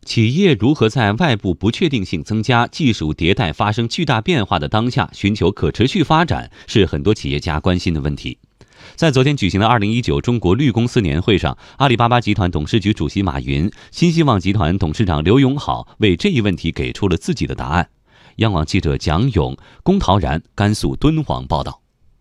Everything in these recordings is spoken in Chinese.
企业如何在外部不确定性增加、技术迭代发生巨大变化的当下，寻求可持续发展，是很多企业家关心的问题。在昨天举行的2019中国绿公司年会上，阿里巴巴集团董事局主席马云、新希望集团董事长刘永好为这一问题给出了自己的答案。央广记者蒋勇、龚陶然甘肃敦煌报道。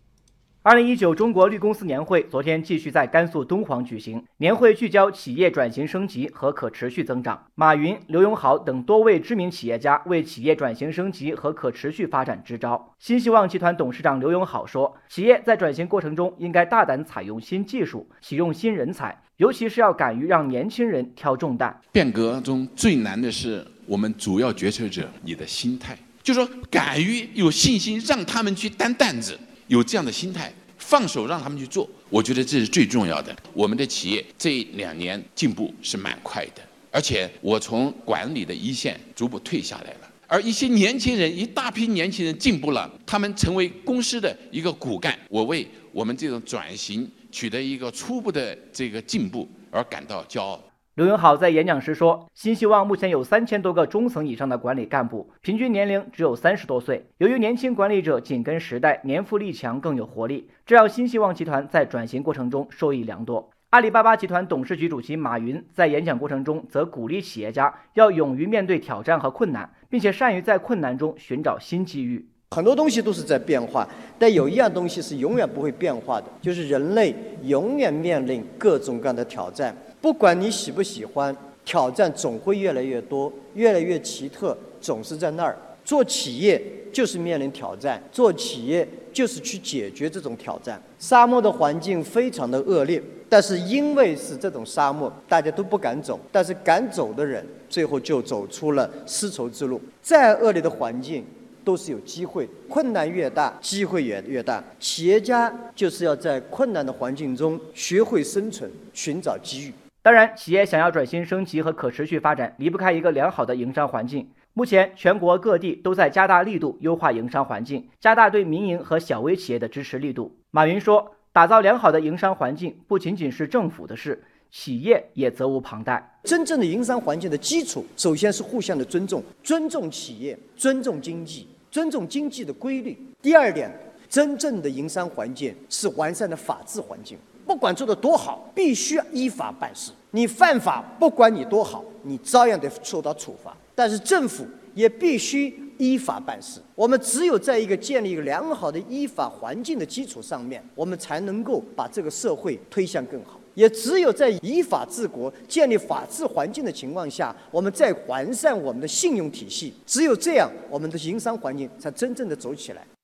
2019中国绿公司年会昨天继续在甘肃敦煌举行。年会聚焦企业转型升级和可持续增长。马云、刘永好等多位知名企业家为企业转型升级和可持续发展支招。新希望集团董事长刘永好说，企业在转型过程中应该大胆采用新技术，启用新人才，尤其是要敢于让年轻人挑重担。 变革中最难的是我们主要决策者你的心态，就是说敢于有信心让他们去担担子，有这样的心态，放手让他们去做，我觉得这是最重要的。我们的企业这2年进步是蛮快的，而且我从管理的一线逐步退下来了，而一些年轻人，一大批年轻人进步了，他们成为公司的一个骨干，我为我们这种转型取得一个初步的这个进步而感到骄傲。 刘永好在演讲时说，新希望目前有3000多个中层以上的管理干部，平均年龄只有30多岁。由于年轻管理者紧跟时代，年富力强，更有活力，这让新希望集团在转型过程中受益良多。阿里巴巴集团董事局主席马云在演讲过程中则鼓励企业家要勇于面对挑战和困难，并且善于在困难中寻找新机遇。 很多东西都是在变化，但有一样东西是永远不会变化的，就是人类永远面临各种各样的挑战。不管你喜不喜欢，挑战总会越来越多，越来越奇特，总是在那儿。做企业就是面临挑战，做企业就是去解决这种挑战。沙漠的环境非常的恶劣，但是因为是这种沙漠，大家都不敢走，但是敢走的人最后就走出了丝绸之路。再恶劣的环境都是有机会，困难越大，机会也越大。企业家就是要在困难的环境中学会生存，寻找机遇。 当然，企业想要转型升级和可持续发展，离不开一个良好的营商环境。目前，全国各地都在加大力度优化营商环境，加大对民营和小微企业的支持力度。马云说，打造良好的营商环境不仅仅是政府的事，企业也责无旁贷。 真正的营商环境的基础，首先是互相的尊重，尊重企业，尊重经济，尊重经济的规律。第二点，真正的营商环境是完善的法治环境。不管做得多好，必须依法办事。你犯法，不管你多好，你照样得受到处罚。但是政府也必须依法办事。我们只有在一个建立一个良好的依法环境的基础上面，我们才能够把这个社会推向更好。也只有在依法治国、建立法治环境的情况下，我们再完善我们的信用体系。只有这样，我们的营商环境才真正的走起来。